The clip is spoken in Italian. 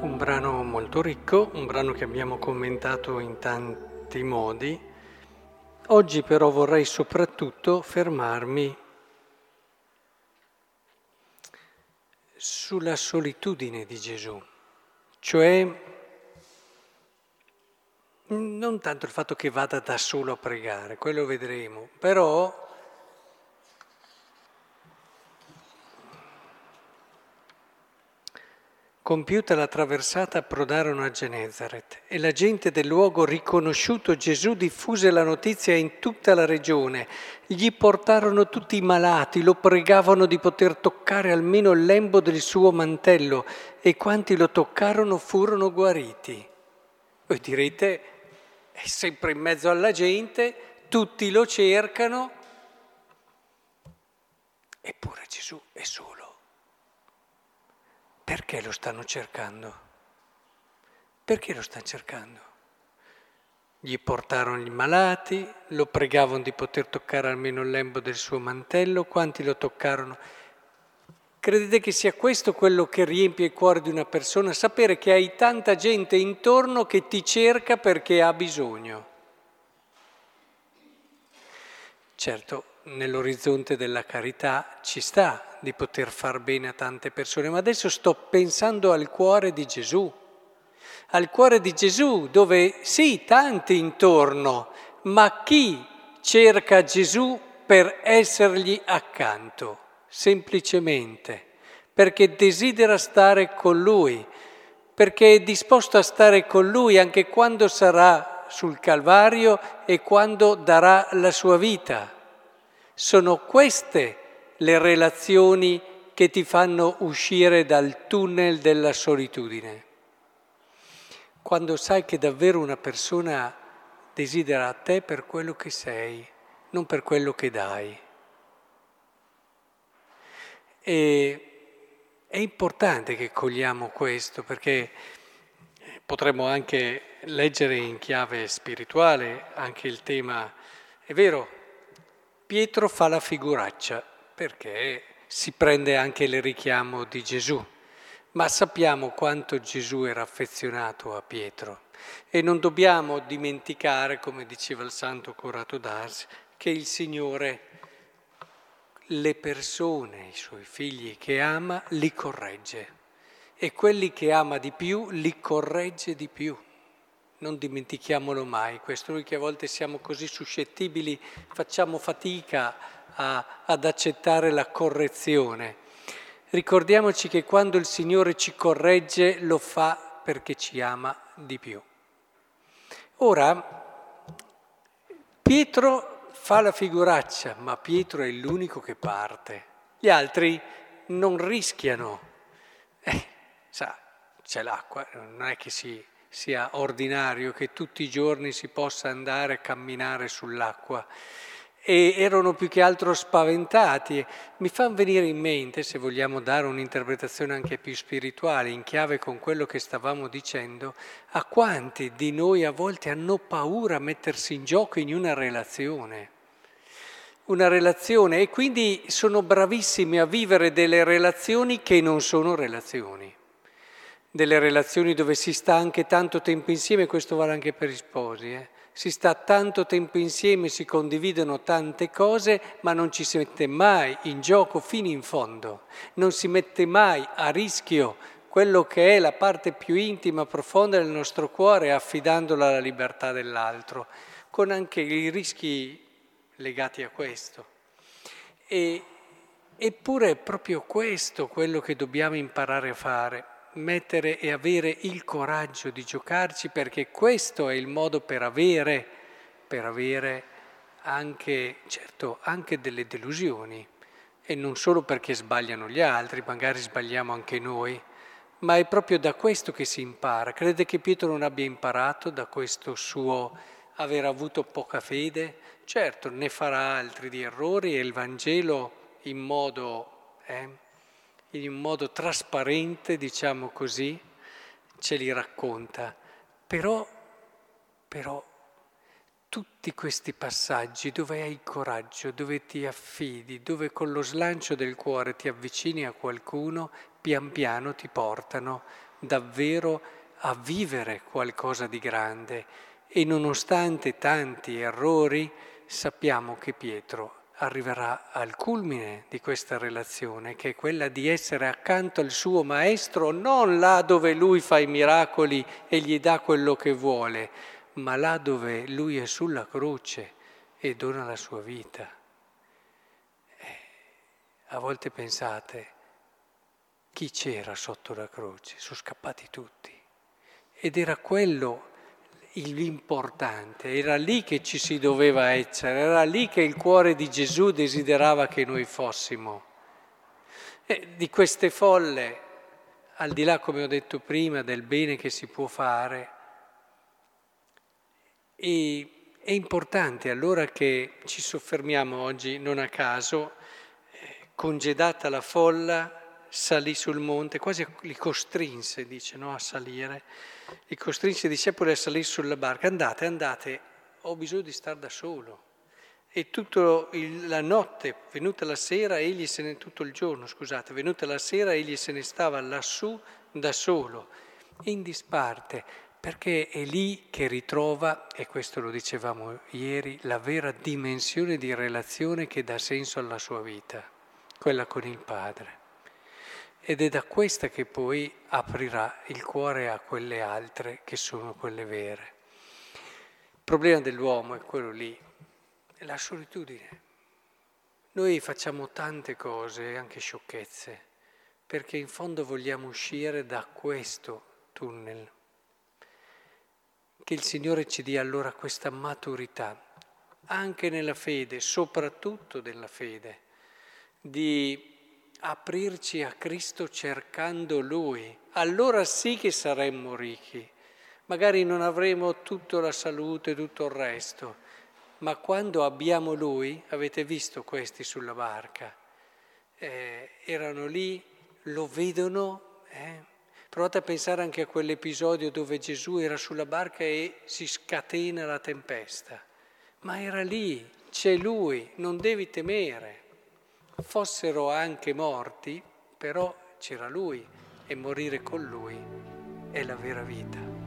Un brano molto ricco, un brano che abbiamo commentato in tanti modi. Oggi però vorrei soprattutto fermarmi sulla solitudine di Gesù, cioè non tanto il fatto che vada da solo a pregare, quello vedremo, però compiuta la traversata approdarono a Genesaret e la gente del luogo, riconosciuto Gesù, diffuse la notizia in tutta la regione. Gli portarono tutti i malati, lo pregavano di poter toccare almeno il lembo del suo mantello e quanti lo toccarono furono guariti. Voi direte, è sempre in mezzo alla gente, tutti lo cercano, eppure Gesù è solo. Perché lo stanno cercando? Perché lo stanno cercando? Gli portarono i malati, lo pregavano di poter toccare almeno il lembo del suo mantello, quanti lo toccarono. Credete che sia questo quello che riempie il cuore di una persona? Sapere che hai tanta gente intorno che ti cerca perché ha bisogno. Certo, nell'orizzonte della carità ci sta di poter far bene a tante persone, ma adesso sto pensando al cuore di Gesù dove sì, tanti intorno, ma chi cerca Gesù per essergli accanto, semplicemente, perché desidera stare con Lui, perché è disposto a stare con Lui anche quando sarà sul Calvario e quando darà la sua vita. Sono queste le relazioni che ti fanno uscire dal tunnel della solitudine. Quando sai che davvero una persona desidera te per quello che sei, non per quello che dai. E è importante che cogliamo questo, perché potremmo anche leggere in chiave spirituale anche il tema. È vero, Pietro fa la figuraccia perché si prende anche il richiamo di Gesù, ma sappiamo quanto Gesù era affezionato a Pietro e non dobbiamo dimenticare, come diceva il santo Corrado d'Ars, che il Signore le persone, i suoi figli che ama, li corregge e quelli che ama di più li corregge di più. Non dimentichiamolo mai, questo noi che a volte siamo così suscettibili, facciamo fatica ad accettare la correzione. Ricordiamoci che quando il Signore ci corregge lo fa perché ci ama di più. Ora, Pietro fa la figuraccia, ma Pietro è l'unico che parte. Gli altri non rischiano. Sa, c'è l'acqua, non è che sia ordinario che tutti i giorni si possa andare a camminare sull'acqua. E erano più che altro spaventati. Mi fa venire in mente, se vogliamo dare un'interpretazione anche più spirituale, in chiave con quello che stavamo dicendo, a quanti di noi a volte hanno paura a mettersi in gioco in una relazione e quindi sono bravissimi a vivere delle relazioni che non sono relazioni. Delle relazioni dove si sta anche tanto tempo insieme, questo vale anche per gli sposi, Si sta tanto tempo insieme, si condividono tante cose, ma non ci si mette mai in gioco fino in fondo, non si mette mai a rischio quello che è la parte più intima, profonda del nostro cuore, affidandola alla libertà dell'altro, con anche i rischi legati a questo. Eppure è proprio questo quello che dobbiamo imparare a fare. Mettere e avere il coraggio di giocarci, perché questo è il modo per avere anche, certo, anche delle delusioni, e non solo perché sbagliano gli altri, magari sbagliamo anche noi, ma è proprio da questo che si impara. Crede che Pietro non abbia imparato da questo suo aver avuto poca fede? Certo, ne farà altri di errori e il Vangelo in un modo trasparente, diciamo così, ce li racconta. Però tutti questi passaggi dove hai coraggio, dove ti affidi, dove con lo slancio del cuore ti avvicini a qualcuno, pian piano ti portano davvero a vivere qualcosa di grande e nonostante tanti errori sappiamo che Pietro arriverà al culmine di questa relazione, che è quella di essere accanto al suo maestro, non là dove lui fa i miracoli e gli dà quello che vuole, ma là dove lui è sulla croce e dona la sua vita. A volte pensate, chi c'era sotto la croce? Sono scappati tutti. Ed era quello l'importante, era lì che ci si doveva essere, era lì che il cuore di Gesù desiderava che noi fossimo. E di queste folle, al di là, come ho detto prima, del bene che si può fare, è importante allora che ci soffermiamo oggi, non a caso, congedata la folla, salì sul monte, quasi li costrinse, dice, no, a salire, li costrinse i discepoli a salire sulla barca, andate, ho bisogno di stare da solo. E la notte, venuta la sera, tutto il giorno, scusate, venuta la sera egli se ne stava lassù da solo, in disparte, perché è lì che ritrova, e questo lo dicevamo ieri, la vera dimensione di relazione che dà senso alla sua vita, quella con il Padre. Ed è da questa che poi aprirà il cuore a quelle altre che sono quelle vere. Il problema dell'uomo è quello lì, è la solitudine. Noi facciamo tante cose, anche sciocchezze, perché in fondo vogliamo uscire da questo tunnel. Che il Signore ci dia allora questa maturità, anche nella fede, soprattutto nella fede, di aprirci a Cristo cercando Lui, allora sì che saremmo ricchi. Magari non avremo tutta la salute, tutto il resto, ma quando abbiamo Lui, avete visto questi sulla barca, erano lì, lo vedono. Provate a pensare anche a quell'episodio dove Gesù era sulla barca e si scatena la tempesta, ma era lì, c'è Lui, non devi temere. Fossero anche morti, però c'era Lui e morire con Lui è la vera vita.